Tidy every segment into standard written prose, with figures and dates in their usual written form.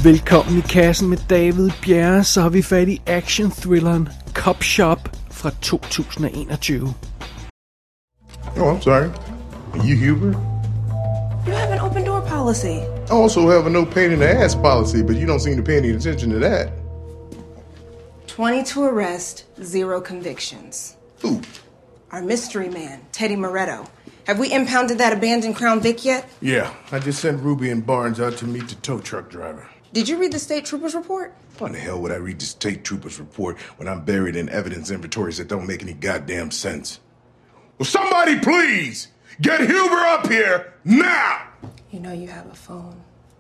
Velkommen i kassen med David Bjerre, så har vi fat i action-thrilleren Cop Shop fra 2021. Oh, I'm sorry. Are you Huber? You have an open door policy. I also have a no pain in the ass policy, but you don't seem to pay any attention to that. 22 arrests, 0 convictions. Who? Our mystery man, Teddy Moretto. Have we impounded that abandoned Crown Vic yet? Yeah, I just sent Ruby and Barnes out to meet the tow truck driver. Did you read the state trooper's report? Why the hell would I read the state trooper's report when I'm buried in evidence inventories that don't make any goddamn sense? Will somebody please get Huber up here now? You know you have a phone.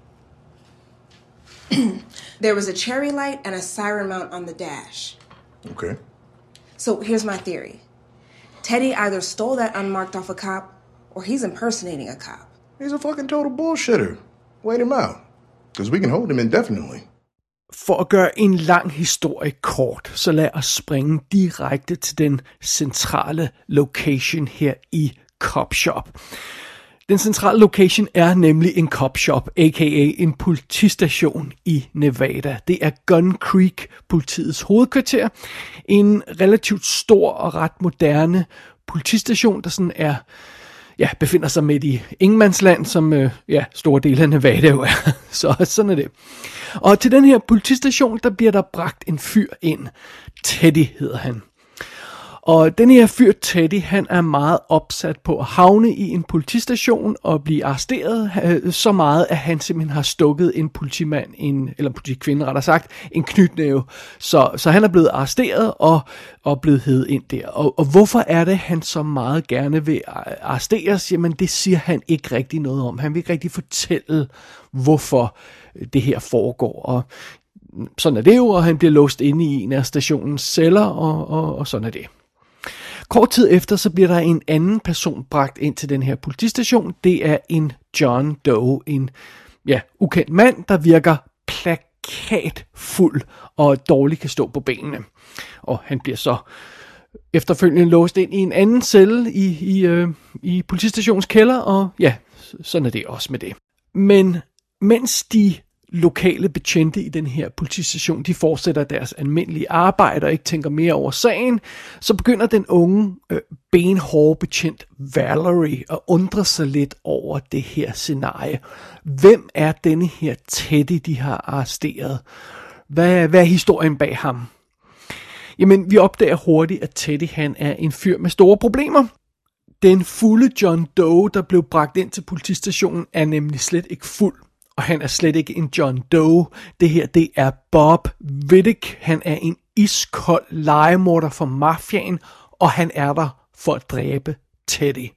There was a cherry light and a siren mount on the dash. Okay. So here's my theory. Teddy either stole that unmarked off a cop, or he's impersonating a cop. He's a fucking total bullshitter. Wait him out. Because we can hold him indefinitely. For at gøre en lang historie kort, så lad os springe direkte til den centrale location her i Cop Shop. Den centrale location er nemlig en cop shop, a.k.a. en politistation i Nevada. Det er Gun Creek, politiets hovedkvarter. En relativt stor og ret moderne politistation, der sådan er, befinder sig midt i ingenmandsland, som store dele af Nevada jo er. Så sådan er det. Og til den her politistation, der bliver der bragt en fyr ind. Teddy hedder han. Og den her fyr Teddy, han er meget opsat på at havne i en politistation og blive arresteret så meget, at han simpelthen har stukket en politimand, eller politikvinde rettere sagt, en knytnæve. Så han er blevet arresteret og blevet hevet ind der. Og hvorfor er det, han så meget gerne vil arresteres? Jamen det siger han ikke rigtig noget om. Han vil ikke rigtig fortælle, hvorfor det her foregår. Og sådan er det jo, og han bliver låst inde i en af stationens celler, og sådan er det. Kort tid efter, så bliver der en anden person bragt ind til den her politistation. Det er en John Doe, en ukendt mand, der virker plakatfuld og dårligt kan stå på benene. Og han bliver så efterfølgende låst ind i en anden celle i politistationens kælder, og sådan er det også med det. Men mens de lokale betjente i den her politistation, de fortsætter deres almindelige arbejde og ikke tænker mere over sagen, så begynder den unge, benhårde betjent Valerie at undre sig lidt over det her scenarie. Hvem er denne her Teddy, de har arresteret? Hvad er historien bag ham? Jamen, vi opdager hurtigt, at Teddy, han er en fyr med store problemer. Den fulde John Doe, der blev bragt ind til politistationen, er nemlig slet ikke fuld. Og han er slet ikke en John Doe. Det her, det er Bob Wittig. Han er en iskold legemorder for mafiaen, og han er der for at dræbe Teddy.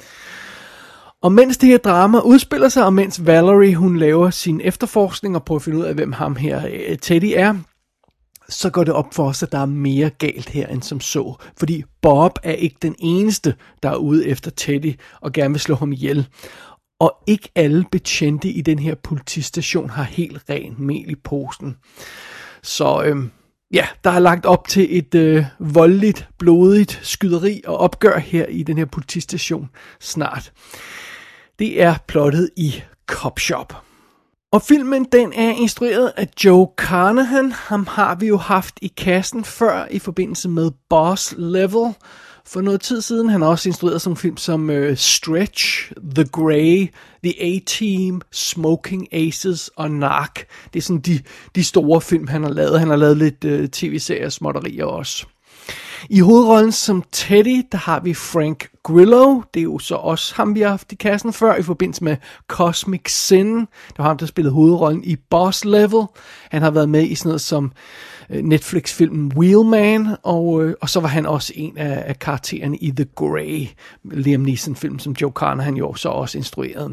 Og mens det her drama udspiller sig, og mens Valerie, hun laver sin efterforskning og prøver at finde ud af, hvem ham her Teddy er, så går det op for os, at der er mere galt her end som så. Fordi Bob er ikke den eneste, der er ude efter Teddy og gerne vil slå ham ihjel. Og ikke alle betjente i den her politistation har helt ren mel i posen. Så der er lagt op til et voldeligt, blodigt skyderi og opgør her i den her politistation snart. Det er plottet i Cop Shop. Og filmen, den er instrueret af Joe Carnahan. Ham har vi jo haft i kassen før i forbindelse med Boss Level for noget tid siden. Han har også instrueret sådan en film som Stretch, The Grey, The A-Team, Smoking Aces og Narc. Det er sådan de store film, han har lavet. Han har lavet lidt tv-serier og småtterier også. I hovedrollen som Teddy, der har vi Frank Grillo. Det er jo så også ham, vi har haft i kassen før i forbindelse med Cosmic Sin. Det var ham, der spillede hovedrollen i Boss Level. Han har været med i sådan noget som Netflix-filmen Wheelman, og så var han også en af karaktererne i The Grey, Liam Neeson-film, som Joe Carnahan jo så også instruerede.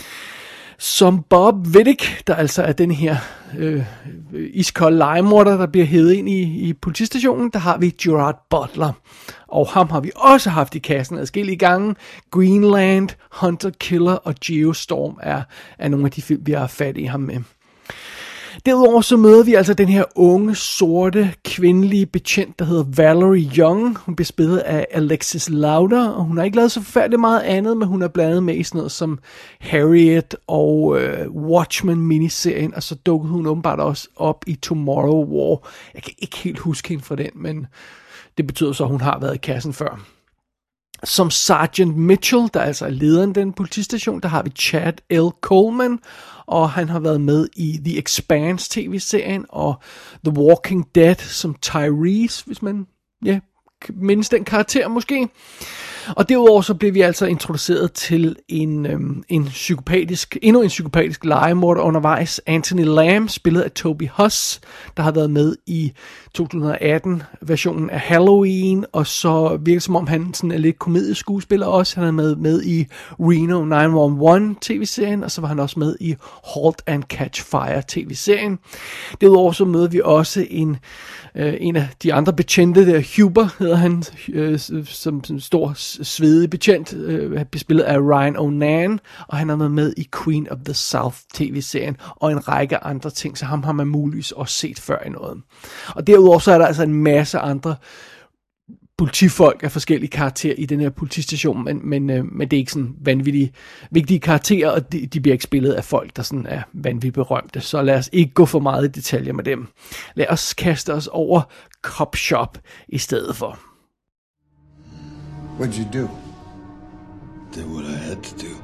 Som Bob Wittig, der altså er den her iskolde legemorder, der bliver hævet ind i politistationen, der har vi Gerard Butler. Og ham har vi også haft i kassen adskillige gange. Greenland, Hunter Killer og Geostorm er nogle af de film, vi har fat i ham med. Derudover så møder vi altså den her unge, sorte, kvindelige betjent, der hedder Valerie Young. Hun bliver spillet af Alexis Louder, og hun har ikke lavet så forfærdeligt meget andet, men hun er blandet med i sådan noget som Harriet og Watchmen-miniserien, og så dukkede hun åbenbart også op i Tomorrow War. Jeg kan ikke helt huske hende fra den, men det betyder så, at hun har været i kassen før. Som Sergeant Mitchell, der altså er lederen af den politistation, der har vi Chad L. Coleman, og han har været med i The Expanse tv-serien, og The Walking Dead som Tyrese, hvis man mindes den karakter måske. Og derudover så blev vi altså introduceret til endnu en psykopatisk legemorder undervejs, Anthony Lamb, spillet af Toby Huss, der har været med i 2018-versionen af Halloween, og så virker som om han sådan er lidt komedieskuespiller også. Han er med i Reno 911 tv-serien, og så var han også med i Halt and Catch Fire tv-serien. Derudover så møder vi også en af de andre betjente, der Huber hedder han, som en stor svedig betjent, spillet af Ryan O'Nan, og han er med i Queen of the South tv-serien, og en række andre ting, så ham har man muligvis også set før i noget. Og derudover så er der altså en masse andre politifolk af forskellige karakterer i den her politistation, men det er ikke sådan vanvittige vigtige karakterer, og de bliver ikke spillet af folk, der sådan er vanvittigt berømte. Så lad os ikke gå for meget i detaljer med dem. Lad os kaste os over Cop Shop i stedet for. What'd you do? Did what I had to do.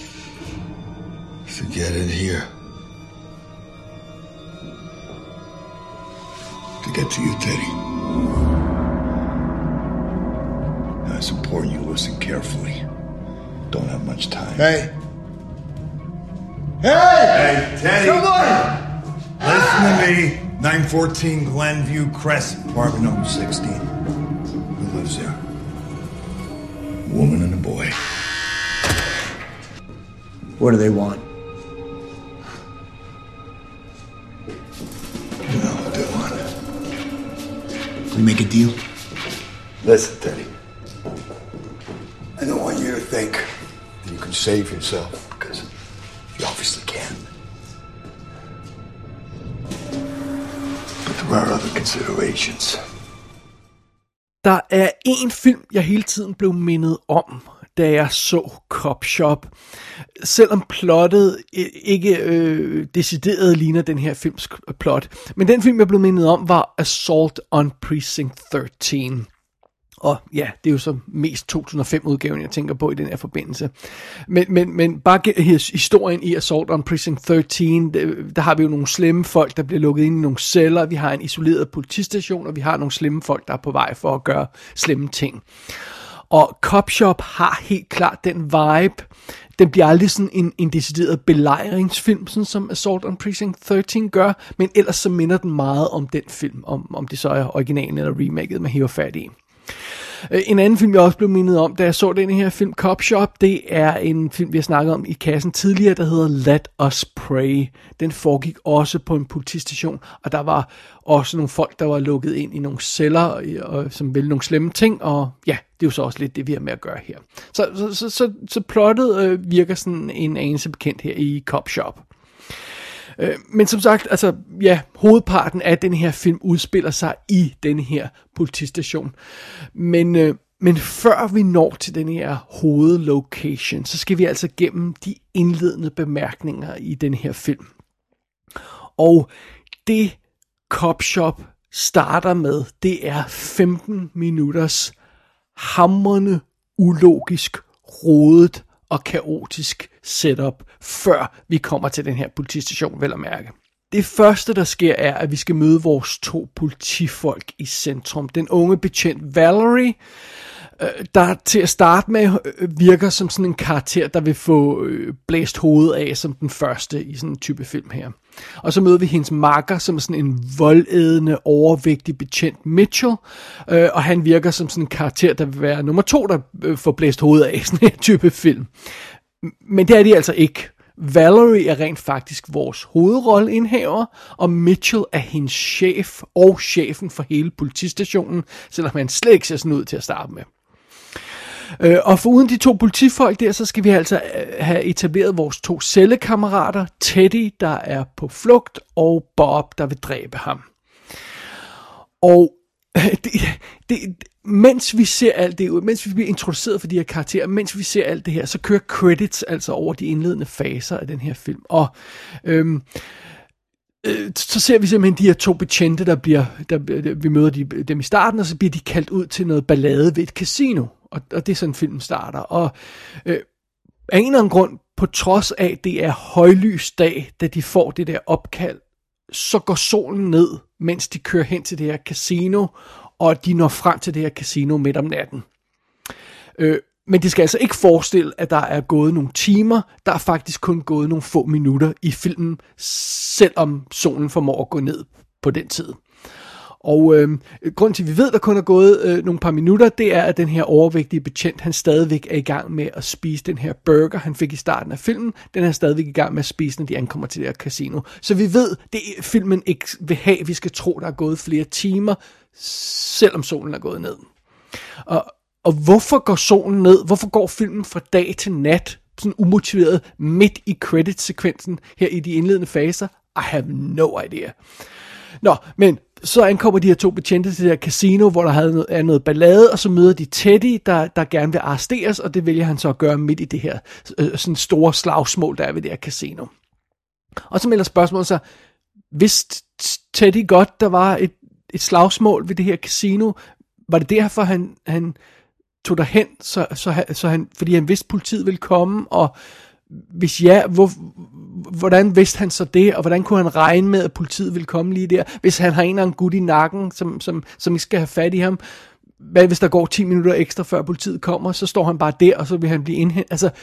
To get in here. To get to you, Teddy. Now it's important you listen carefully. Don't have much time. Hey! Hey! Hey, Teddy! Someone! Listen to me. 914 Glenview Crescent, apartment number 16. Who lives there? A woman and a boy. What do they want? You know what they want. We make a deal? Listen, Teddy. I don't want you to think that you can save yourself, because you obviously can. But there are other considerations. Der er en film, jeg hele tiden blev mindet om, da jeg så Cop Shop. Selvom plottet ikke decideret ligner den her films plot. Men den film, jeg blev mindet om, var Assault on Precinct 13. Og ja, det er jo så mest 2005-udgaven, jeg tænker på i den her forbindelse. Men bare historien i Assault on Precinct 13, der har vi jo nogle slemme folk, der bliver lukket ind i nogle celler. Vi har en isoleret politistation, og vi har nogle slemme folk, der er på vej for at gøre slemme ting. Og Cop Shop har helt klart den vibe. Den bliver aldrig sådan en decideret belejringsfilm, sådan som Assault on Precinct 13 gør, men ellers så minder den meget om den film, om det så er originalen eller remaket, man hiver fat i. En anden film, jeg også blev mindet om, da jeg så den her film, Cop Shop, det er en film, vi har snakket om i kassen tidligere, der hedder Let Us Pray. Den foregik også på en politistation, og der var også nogle folk, der var lukket ind i nogle celler, som ville nogle slemme ting, og ja, det er jo så også lidt det, vi har med at gøre her. Så plottet virker sådan en anelse bekendt her i Cop Shop. Men som sagt, altså, ja, hovedparten af den her film udspiller sig i den her politistation. Men før vi når til den her hovedlocation, så skal vi altså gennem de indledende bemærkninger i den her film. Og det Cop Shop starter med, det er 15 minutters hamrende, ulogisk, rodet og kaotisk setup, før vi kommer til den her politistation, vel at mærke. Det første, der sker, er, at vi skal møde vores to politifolk i centrum. Den unge betjent Valerie, der til at starte med virker som sådan en karakter, der vil få blæst hovedet af som den første i sådan en type film her. Og så møder vi hendes makker som sådan en voldædende, overvægtig betjent Mitchell, og han virker som sådan en karakter, der vil være nummer 2, der får blæst hovedet af i sådan en type film. Men det er de altså ikke. Valerie er rent faktisk vores hovedrolleindhaver, og Mitchell er hendes chef og chefen for hele politistationen, selvom han slet ikke ser sådan ud til at starte med. Og foruden de 2 politifolk der, så skal vi altså have etableret vores 2 cellekammerater, Teddy, der er på flugt, og Bob, der vil dræbe ham. Og mens vi ser alt det ud, mens vi bliver introduceret for de her karakterer, mens vi ser alt det her, så kører credits altså over de indledende faser af den her film. Og så ser vi simpelthen de her 2 betjente, vi møder dem i starten, og så bliver de kaldt ud til noget ballade ved et casino. Og det er sådan filmen starter. Og af en eller anden grund, på trods af, det er højlys dag, da de får det der opkald, så går solen ned, mens de kører hen til det her casino, og de når frem til det her casino midt om natten. Men det skal altså ikke forestille, at der er gået nogle timer. Der er faktisk kun gået nogle få minutter i filmen, selvom solen formår at gå ned på den tid. Og grunden til, at vi ved, at der kun er gået nogle par minutter, det er, at den her overvægtige betjent, han stadigvæk er i gang med at spise den her burger, han fik i starten af filmen. Den er stadigvæk i gang med at spise, når de ankommer til det her casino. Så vi ved, at filmen ikke vil have, vi skal tro, der er gået flere timer, selvom solen er gået ned. Og hvorfor går solen ned? Hvorfor går filmen fra dag til nat, sådan umotiveret, midt i credit-sekvensen her i de indledende faser? I have no idea. Nå, men så ankommer de her 2 betjente til det her casino, hvor der er noget ballade, og så møder de Teddy, der gerne vil arresteres, og det vælger han så at gøre midt i det her sådan store slagsmål, der er ved det her casino. Og så melder spørgsmålet sig, vidste Teddy godt, der var et slagsmål ved det her casino? Var det derfor, han tog derhen, så han, fordi han vidste, politiet ville komme, og hvis ja, hvordan vidste han så det, og hvordan kunne han regne med, at politiet ville komme lige der, hvis han har en eller anden gut i nakken, som ikke skal have fat i ham? Hvad hvis der går 10 minutter ekstra, før politiet kommer, så står han bare der, og så vil han blive indhentet? Altså,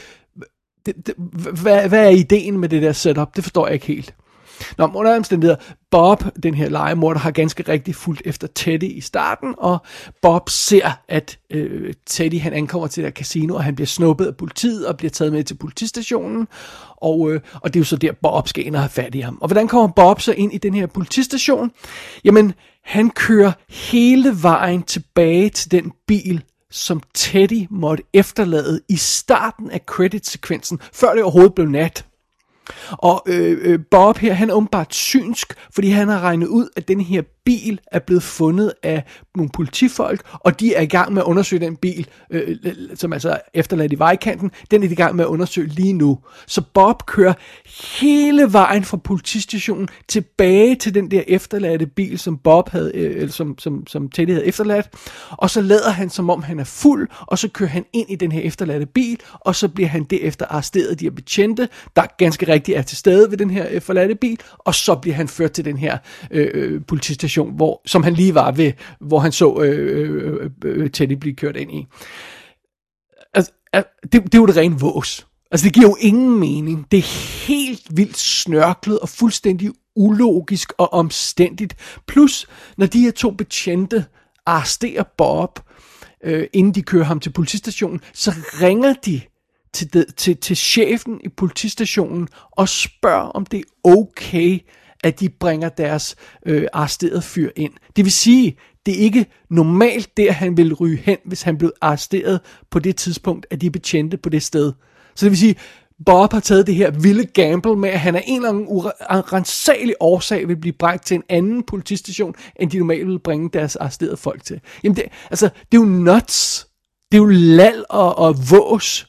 hvad er ideen med det der setup? Det forstår jeg ikke helt. Nå, under omstændigheder, Bob, den her legemorder, har ganske rigtig fulgt efter Teddy i starten, og Bob ser, at Teddy han ankommer til det her casino, og han bliver snuppet af politiet og bliver taget med til politistationen, og det er jo så der, Bob skal ind og have fat i ham. Og hvordan kommer Bob så ind i den her politistation? Jamen, han kører hele vejen tilbage til den bil, som Teddy måtte efterlade i starten af credit-sekvensen, før det overhovedet blev nat. Og Bob her, han er åbenbart synsk, fordi han har regnet ud, at den her bil er blevet fundet af nogle politifolk, og de er i gang med at undersøge den bil, som altså er efterladt i vejkanten. Den er i gang med at undersøge lige nu. Så Bob kører hele vejen fra politistationen tilbage til den der efterladte bil, som Bob havde, eller som Teddy havde efterladt, og så lader han, som om han er fuld, og så kører han ind i den her efterladte bil, og så bliver han derefter arresteret af de her betjente, der ganske rigtigt er til stede ved den her forladte bil, og så bliver han ført til den her politistation, som han lige var ved, hvor han så Teddy blive kørt ind i. Altså, det er jo det rene vås. Altså, det giver jo ingen mening. Det er helt vildt snørklet og fuldstændig ulogisk og omstændigt. Plus, når de her 2 betjente arresterer Bob, inden de kører ham til politistationen, så ringer de til chefen i politistationen og spørger, om det er okay, at de bringer deres arresterede fyr ind. Det vil sige, det er ikke normalt der, han ville ryge hen, hvis han blev arresteret på det tidspunkt af de betjente på det sted. Så det vil sige, Bob har taget det her vilde gamble med, at han af en eller anden urensagelig årsag vil blive bragt til en anden politistation, end de normalt vil bringe deres arresterede folk til. Jamen det er jo nuts. Det er jo lal og vås.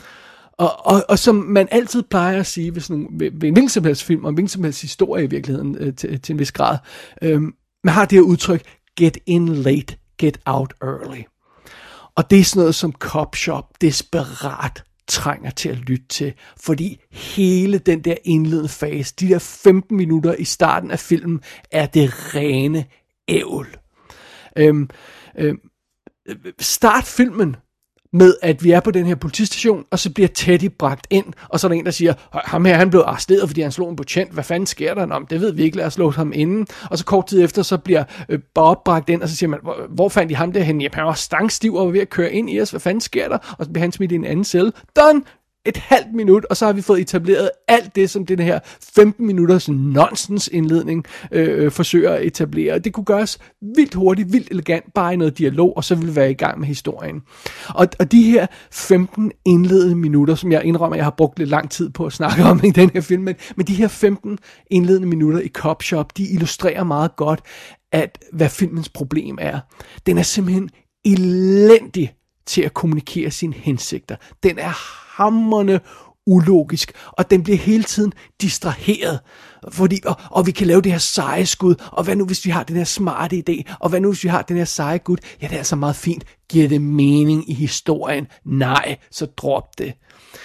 Og som man altid plejer at sige ved en hvilken som helst film og en hvilken som helst historie i virkeligheden til en vis grad, man har det her udtryk, get in late, get out early. Og det er sådan noget som Cop Shop desperat trænger til at lytte til, fordi hele den der indledende fase, de der 15 minutter i starten af filmen, er det rene ævl. Start filmen med, at vi er på den her politistation, og så bliver Teddy bragt ind, og så er der en, der siger, ham her, han blev arresteret, fordi han slog en betjent. Hvad fanden sker der? Nå, det ved vi ikke, lad os slå ham inden. Og så kort tid efter, så bliver Bob bragt ind, og så siger man, hvor fandt de ham derhen? Jamen, han var stangstiv og var ved at køre ind i os. Hvad fanden sker der? Og så bliver han smidt i en anden celle. Done! et halvt minut, og så har vi fået etableret alt det, som den her 15 minutters nonsens indledning forsøger at etablere. Det kunne gøres vildt hurtigt, vildt elegant, bare i noget dialog, og så ville vi være i gang med historien. Og de her 15 indledende minutter, som jeg indrømmer, jeg har brugt lidt lang tid på at snakke om i den her film, men de her 15 indledende minutter i Cop Shop, de illustrerer meget godt, hvad filmens problem er. Den er simpelthen elendig til at kommunikere sine hensigter. Den er hamrende ulogisk, og den bliver hele tiden distraheret, fordi, og vi kan lave det her seje skud, og hvad nu hvis vi har den her smarte idé, og hvad nu hvis vi har den her seje gut, ja, det er altså meget fint, giver det mening i historien? Nej, så drop det.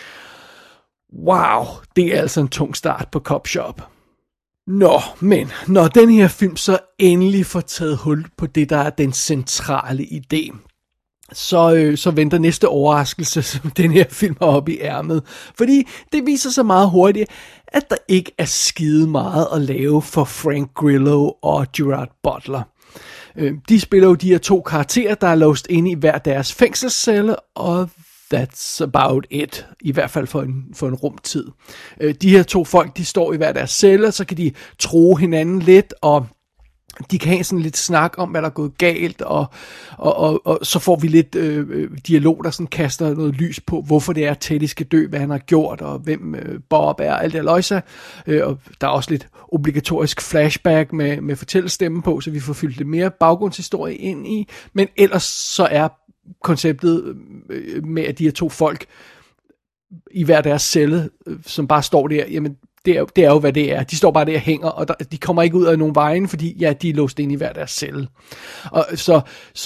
Wow, det er altså en tung start på Cop Shop. Nå, men når den her film så endelig får taget hul på det, der er den centrale idé, så venter næste overraskelse, som den her film har oppe i ærmet. Fordi det viser sig meget hurtigt, at der ikke er skide meget at lave for Frank Grillo og Gerard Butler. De spiller jo de her to karakterer, der er låst inde i hver deres fængselscelle, og that's about it. I hvert fald for en rumtid. De her to folk, de står i hver deres celle, så kan de true hinanden lidt, og de kan have sådan lidt snak om, hvad der er gået galt, og så får vi lidt dialog, der sådan kaster noget lys på, hvorfor det er, at Teddy skal dø, hvad han har gjort, og hvem Bob er, alt det løjse. Og der er også lidt obligatorisk flashback med fortællestemme på, så vi får fyldt lidt mere baggrundshistorie ind i. Men ellers så er konceptet med, at de her to folk i hver deres celle, som bare står der, jamen det er jo, hvad det er. De står bare der og hænger, og de kommer ikke ud af nogen vejen, fordi ja, de er låst ind i hver deres celle. Og så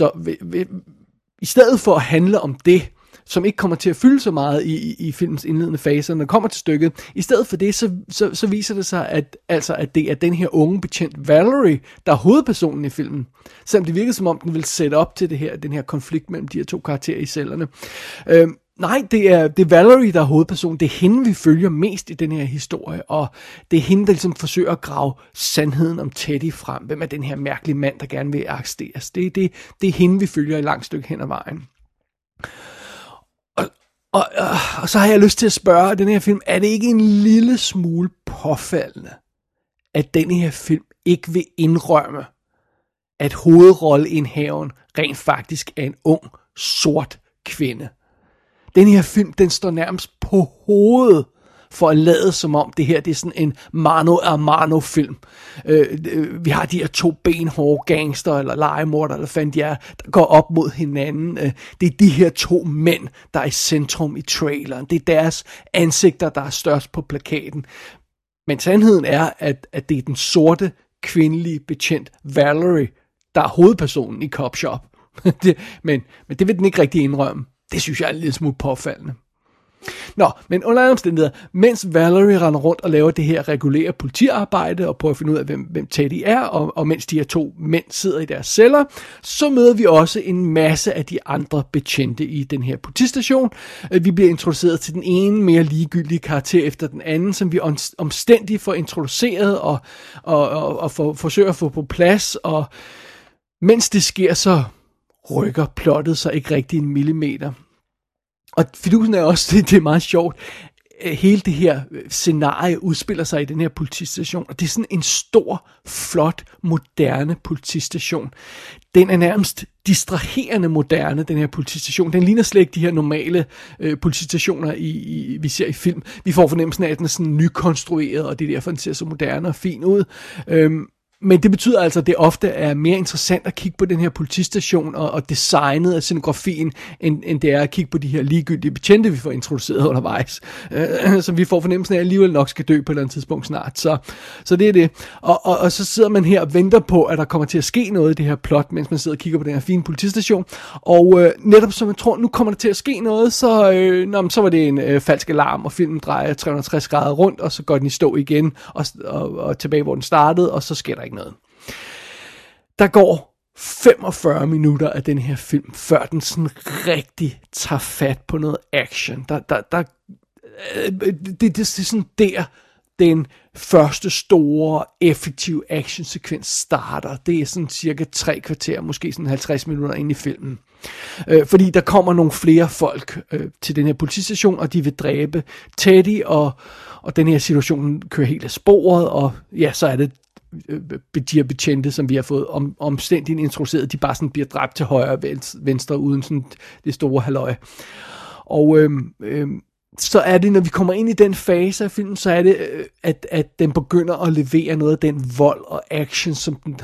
i stedet for at handle om det, som ikke kommer til at fylde så meget i filmens indledende faser, når det kommer til stykket, i stedet for det, så viser det sig, at det er den her unge betjent Valerie, der er hovedpersonen i filmen. Selvom det virker som om, den vil sætte op til den her konflikt mellem de her to karakterer i cellerne. Nej, det er Valerie, der er hovedpersonen. Det er hende, vi følger mest i den her historie, og det er hende, der ligesom forsøger at grave sandheden om Teddy frem. Hvem er den her mærkelige mand, der gerne vil arresteres? Det er hende, vi følger i et langt stykke hen ad vejen. Og så har jeg lyst til at spørge den her film, er det ikke en lille smule påfaldende, at den her film ikke vil indrømme, at hovedrolleindhaveren rent faktisk er en ung, sort kvinde? Den her film, den står nærmest på hovedet for at lade som om det her, det er sådan en mano a mano film. Vi har de her to benhårde gangster eller legemorder, eller fandt jeg, der går op mod hinanden. Det er de her to mænd, der er i centrum i traileren. Det er deres ansigter, der er størst på plakaten. Men sandheden er, at det er den sorte, kvindelige betjent Valerie, der er hovedpersonen i Cop Shop. men det vil den ikke rigtig indrømme. Det synes jeg er en lille smule påfaldende. Nå, men under omstændigheder, mens Valerie render rundt og laver det her regulære politiarbejde og prøver at finde ud af, hvem Teddy er, og mens de her to mænd sidder i deres celler, så møder vi også en masse af de andre betjente i den her politistation. Vi bliver introduceret til den ene mere ligegyldige karakter efter den anden, som vi omstændigt får introduceret og forsøger at få på plads, og mens det sker, så rykker plottet sig ikke rigtig en millimeter. Og fidusen er også, det er meget sjovt, hele det her scenarie udspiller sig i den her politistation, og det er sådan en stor, flot, moderne politistation. Den er nærmest distraherende moderne, den her politistation. Den ligner slet ikke de her normale politistationer, vi ser i film. Vi får fornemmelsen af, at den er sådan nykonstrueret, og det er derfor, den ser så moderne og fin ud. Men det betyder altså, at det ofte er mere interessant at kigge på den her politistation og designet af scenografien, end det er at kigge på de her ligegyldige betjente, vi får introduceret undervejs. Som vi får fornemmelsen af, at alligevel nok skal dø på et eller andet tidspunkt snart. Så det er det. Og så sidder man her og venter på, at der kommer til at ske noget i det her plot, mens man sidder og kigger på den her fine politistation. Og netop som man tror, nu kommer der til at ske noget, så var det en falsk alarm, og filmen drejer 360 grader rundt, og så går den i stå igen, og tilbage, hvor den startede, og så sker der ikke noget. Der går 45 minutter af den her film, før den sådan rigtig tager fat på noget action. Det er sådan der, den første store, effektive actionsekvens starter. Det er sådan cirka 3 kvarter, måske sådan 50 minutter ind i filmen. Fordi der kommer nogle flere folk til den her politistation, og de vil dræbe Teddy, og den her situation kører helt af sporet, og ja, så er det de her betjente, som vi har fået omstændigt introduceret, de bare sådan bliver dræbt til højre og venstre, uden sådan det store halløj. Og så er det, når vi kommer ind i den fase af filmen, så er det, at den begynder at levere noget af den vold og action,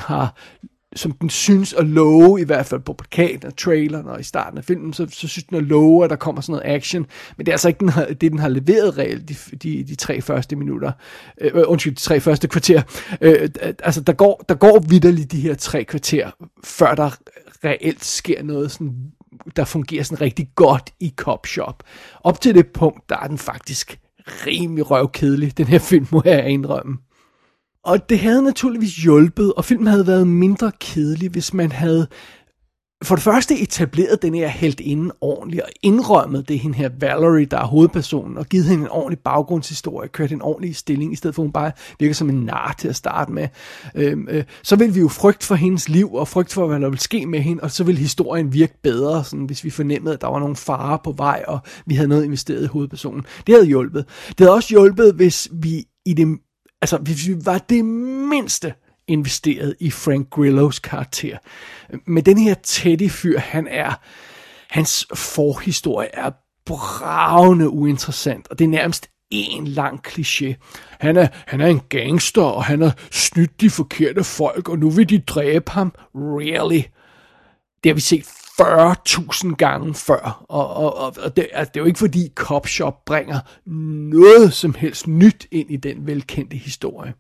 som den synes at love, i hvert fald på plakaten og traileren og i starten af filmen, så synes den at love, at der kommer sådan noget action, men det er altså ikke det, den har leveret reelt de 3 første minutter, de 3 første kvarter. Altså, der går vitterligt de her 3 kvarter, før der reelt sker noget, sådan, der fungerer sådan rigtig godt i Cop Shop. Op til det punkt, der er den faktisk rimelig røvkedelig, den her film, må jeg indrømme. Og det havde naturligvis hjulpet, og filmen havde været mindre kedelig, hvis man havde for det første etableret den her heltinde ordentligt, og indrømmet det hende her Valerie, der er hovedpersonen, og givet hende en ordentlig baggrundshistorie, kørt en ordentlig stilling, i stedet for at hun bare virker som en nar til at starte med. Så ville vi jo frygte for hendes liv, og frygte for, hvad der ville ske med hende, og så ville historien virke bedre, sådan, hvis vi fornemmede, at der var nogle farer på vej, og vi havde noget investeret i hovedpersonen. Det havde hjulpet. Det havde også hjulpet, hvis vi hvis vi var det mindste investeret i Frank Grillos karakter. Men den her Teddy-fyr, hans forhistorie er bravende uinteressant, og det er nærmest en lang kliché. Han er en gangster, og han har snydt de forkerte folk, og nu vil de dræbe ham. Really? Det har vi set 40.000 gange før, og det er jo ikke fordi Cop Shop bringer noget som helst nyt ind i den velkendte historie.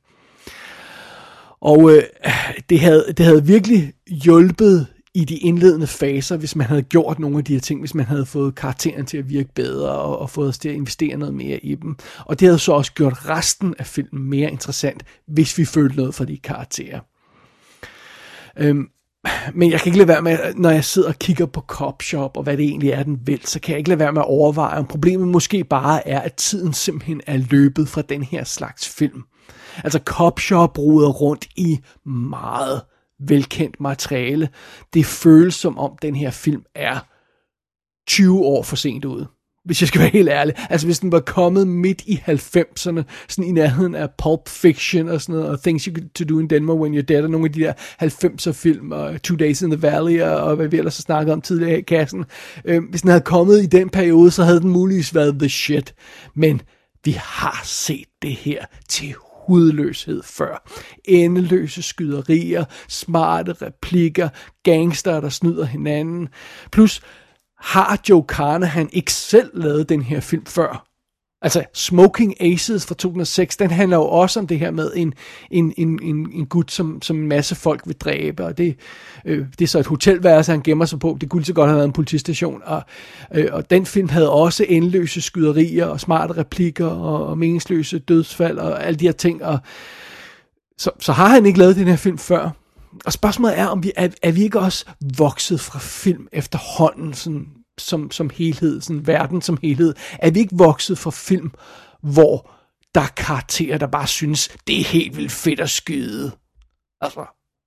Og det havde virkelig hjulpet i de indledende faser, hvis man havde gjort nogle af de her ting, hvis man havde fået karakteren til at virke bedre, og fået os til at investere noget mere i dem. Og det havde så også gjort resten af filmen mere interessant, hvis vi følte noget for de karakterer. Men jeg kan ikke lade være med, når jeg sidder og kigger på Cop Shop, og hvad det egentlig er, den vil, så kan jeg ikke lade være med at overveje, om problemet måske bare er, at tiden simpelthen er løbet fra den her slags film. Altså Cop Shop ruder rundt i meget velkendt materiale. Det føles som om den her film er 20 år for sent ude, hvis jeg skal være helt ærlig. Altså hvis den var kommet midt i 90'erne, sådan i nærheden af Pulp Fiction og sådan noget, og Things You Could Do in Denver When You're Dead, og nogle af de der 90'er film, og 2 Days in the Valley, og hvad vi ellers har snakket om tidligere i kassen. Hvis den havde kommet i den periode, så havde den muligvis været the shit. Men vi har set det her til hudløshed før. Endeløse skyderier, smarte replikker, gangster, der snyder hinanden. Plus, har Joe Carnahan ikke selv lavet den her film før? Altså, Smoking Aces fra 2006, den handler jo også om det her med en gut, som en masse folk vil dræbe, og det er så et hotelværelse, han gemmer sig på. Det kunne så godt have været en politistation, og den film havde også endeløse skyderier, og smarte replikker, og meningsløse dødsfald, og alle de her ting, og så har han ikke lavet den her film før. Og spørgsmålet er, om er vi ikke også vokset fra film efterhånden, sådan, som helhed, sådan verden som helhed? Er vi ikke vokset fra film, hvor der er karakterer, der bare synes, det er helt vildt fedt at skyde? Altså,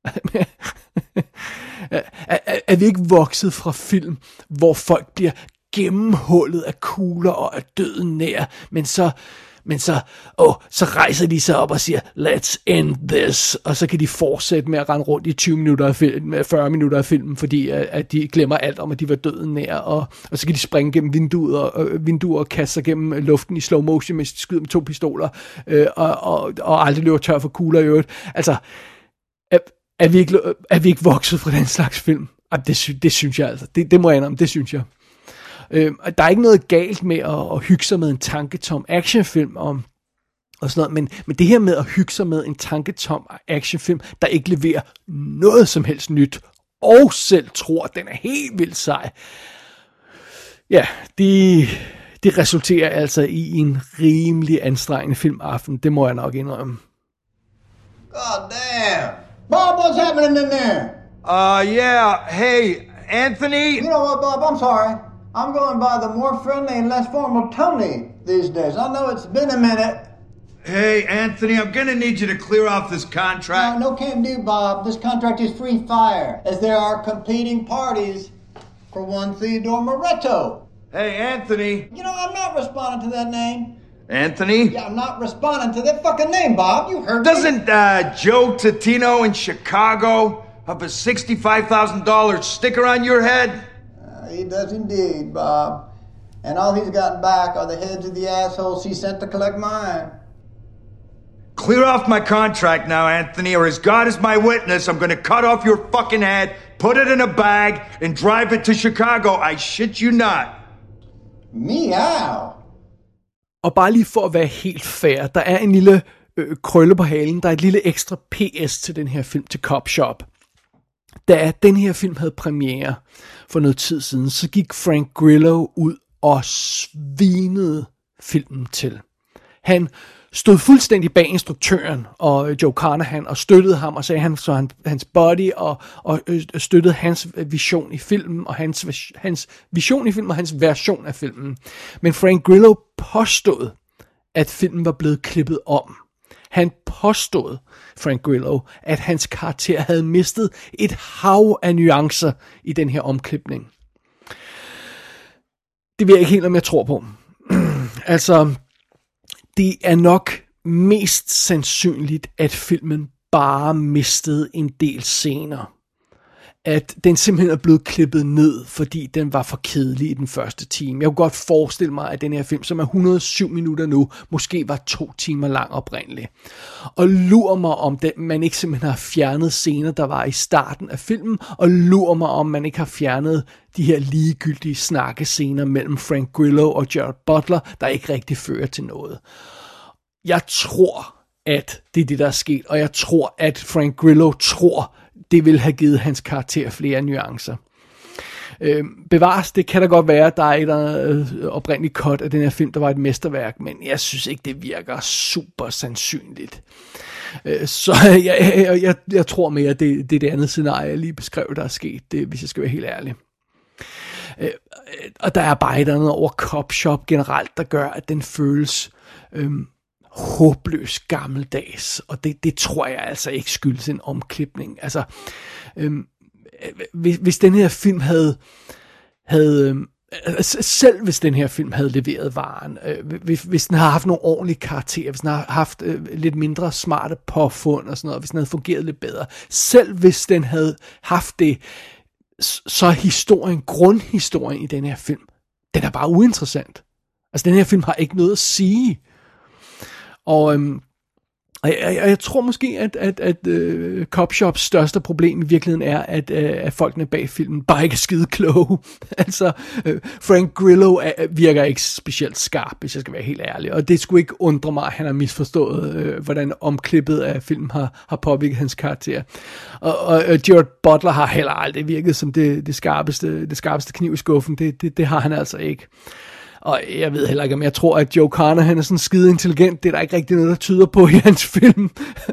er vi ikke vokset fra film, hvor folk bliver gennemhullet af kugler og er døden nær, men så rejser de sig op og siger, let's end this, og så kan de fortsætte med at rende rundt i 20 minutter af filmen, 40 minutter af filmen, fordi at de glemmer alt om, at de var døden nær, og så kan de springe gennem vinduer og kaste sig gennem luften i slow motion, mens de skyder med 2 pistoler, og aldrig løber tør for kugler i øvrigt. Altså, er vi ikke vokset fra den slags film? Det synes jeg altså. Det må jeg indrømme, det synes jeg. Der er ikke noget galt med at hygge sig med en tanketom actionfilm og sådan noget, men det her med at hygge sig med en tanketom actionfilm, der ikke leverer noget som helst nyt, og selv tror, at den er helt vildt sej, ja, det resulterer altså i en rimelig anstrengende filmaften. Det må jeg nok indrømme. God damn! Bob, what's happening in there? Yeah, hey, Anthony? You know what, Bob, I'm sorry. I'm going by the more friendly and less formal Tony these days. I know it's been a minute. Hey, Anthony, I'm gonna need you to clear off this contract. No can do, Bob. This contract is free fire, as there are competing parties for one Theodore Moretto. Hey, Anthony. You know, I'm not responding to that name. Anthony? Yeah, I'm not responding to that fucking name, Bob. You heard me. Doesn't Joe Totino in Chicago have a $65,000 sticker on your head? He does indeed, Bob. And all he's gotten back are the heads of the assholes he sent to collect mine. Clear off my contract now, Anthony, or as God is my witness, I'm gonna cut off your fucking head, put it in a bag, and drive it to Chicago. I shit you not. Meow. Og bare lige for at være helt fair, der er en lille krølle på halen, der er et lille ekstra PS til den her film, til Cop Shop. Da den her film havde premiere for noget tid siden, så gik Frank Grillo ud og svinede filmen til. Han stod fuldstændig bag instruktøren og Joe Carnahan og støttede ham og sagde, han så hans body og støttede hans vision i filmen og hans vision i filmen og hans version af filmen. Men Frank Grillo påstod, at filmen var blevet klippet om. Han påstod, Frank Grillo, at hans karakter havde mistet et hav af nuancer i den her omklipning. Det ved jeg ikke helt, om jeg tror på. Altså, det er nok mest sandsynligt, at filmen bare mistede en del scener. At den simpelthen er blevet klippet ned, fordi den var for kedelig i den første time. Jeg kunne godt forestille mig, at den her film, som er 107 minutter nu, måske var 2 timer lang oprindeligt. Og lurer mig, om man ikke simpelthen har fjernet scener, der var i starten af filmen, og lurer mig, om man ikke har fjernet de her ligegyldige snakkescener mellem Frank Grillo og Gerard Butler, der ikke rigtig fører til noget. Jeg tror, at det er det, der er sket, og jeg tror, at Frank Grillo tror, det vil have givet hans karakter flere nuancer. Bevares, det kan da godt være, at der er et oprindeligt cut af den her film, der var et mesterværk, men jeg synes ikke, det virker super sandsynligt. Så jeg tror mere, at det er det andet scenarie, jeg lige beskrev, der er sket, hvis jeg skal være helt ærlig. Og der er bare et andet over Cop Shop generelt, der gør, at den føles håbløs gammeldags, og det tror jeg altså ikke skyldes en omklipning. Altså, hvis den her film havde selv hvis den her film havde leveret varen, hvis den havde haft nogle ordentlige karakterer, hvis den havde haft lidt mindre smarte påfund og sådan noget, hvis den havde fungeret lidt bedre, selv hvis den havde haft det, så grundhistorien i den her film, den er bare uinteressant. Altså, den her film har ikke noget at sige. Og jeg tror måske, at Cop Shops største problem i virkeligheden er, at folkene bag filmen bare ikke er skide kloge. Altså, Frank Grillo virker ikke specielt skarp, hvis jeg skal være helt ærlig. Og det skulle ikke undre mig, at han har misforstået, hvordan omklippet af filmen har påvirket hans karakter. Og Gerard Butler har heller aldrig virket som det skarpeste kniv i skuffen. Det har han altså ikke. Og jeg ved heller ikke, om jeg tror, at Joe Carnahan er sådan skide intelligent. Det er der ikke rigtig noget, der tyder på i hans film.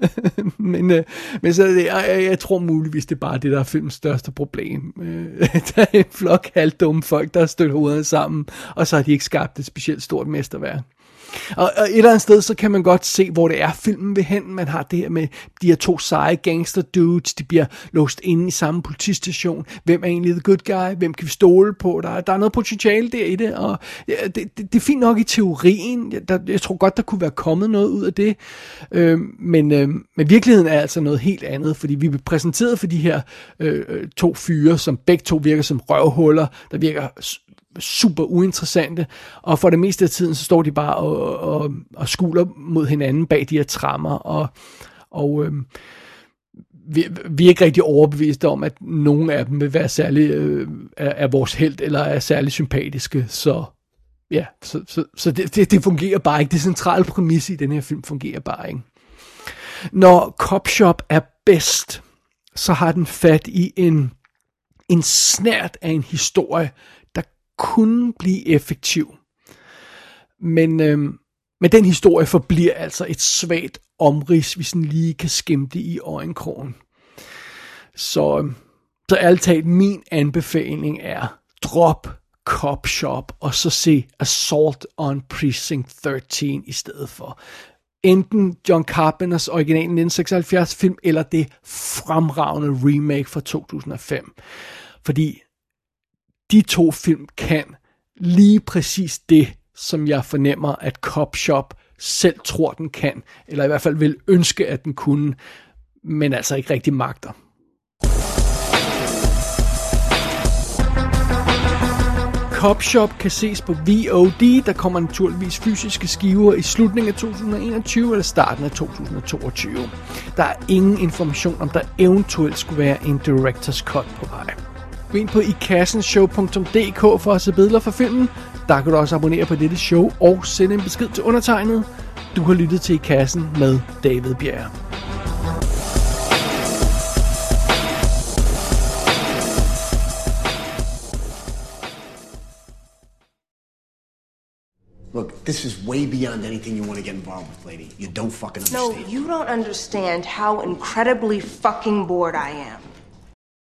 men så jeg tror muligvis, det er bare det, der er filmens største problem. Der er en flok halvdumme folk, der har stødt hovederne sammen, og så har de ikke skabt et specielt stort mesterværk. Og et eller andet sted, så kan man godt se, hvor det er filmen vil hen. Man har det her med de her 2 seje gangster dudes, de bliver låst inde i samme politistation. Hvem er egentlig the good guy? Hvem kan vi stole på? Der er noget potentiale der i det, og det er fint nok i teorien. Jeg tror godt, der kunne være kommet noget ud af det. Men virkeligheden er altså noget helt andet, fordi vi bliver præsenteret for de her 2 fyre, som begge to virker som røvhuller, der virker super uinteressante, og for det meste af tiden, så står de bare og skuler mod hinanden bag de her tremmer, og vi er ikke rigtig overbeviste om, at nogen af dem vil være særlig er vores helt, eller er særlig sympatiske, så ja, så det fungerer bare ikke. Det centrale præmis i den her film fungerer bare ikke. Når Cop Shop er bedst, så har den fat i en snert af en historie, der kunne blive effektiv. Men den historie forbliver altså et svagt omrids, hvis den lige kan skimme det i øjenkrogen. Så ærligt talt, min anbefaling er, drop Cop Shop, og så se Assault on Precinct 13 i stedet for. enten John Carpenters original 1976 film, eller det fremragende remake fra 2005. Fordi de to film kan lige præcis det, som jeg fornemmer, at Cop Shop selv tror, den kan, eller i hvert fald vil ønske, at den kunne, men altså ikke rigtig magter. Cop Shop kan ses på VOD. Der kommer naturligvis fysiske skiver i slutningen af 2021 eller starten af 2022. Der er ingen information om, der eventuelt skulle være en director's cut på vej. Gå ind på ikassenshow.dk for at se billeder fra filmen. Der kan du også abonnere på dette show og sende en besked til undertegnet. Du har lyttet til I Kassen med David Bjerre. Look, this is way beyond anything you want to get involved with, lady. You don't fucking understand. No, you don't understand how incredibly fucking bored I am.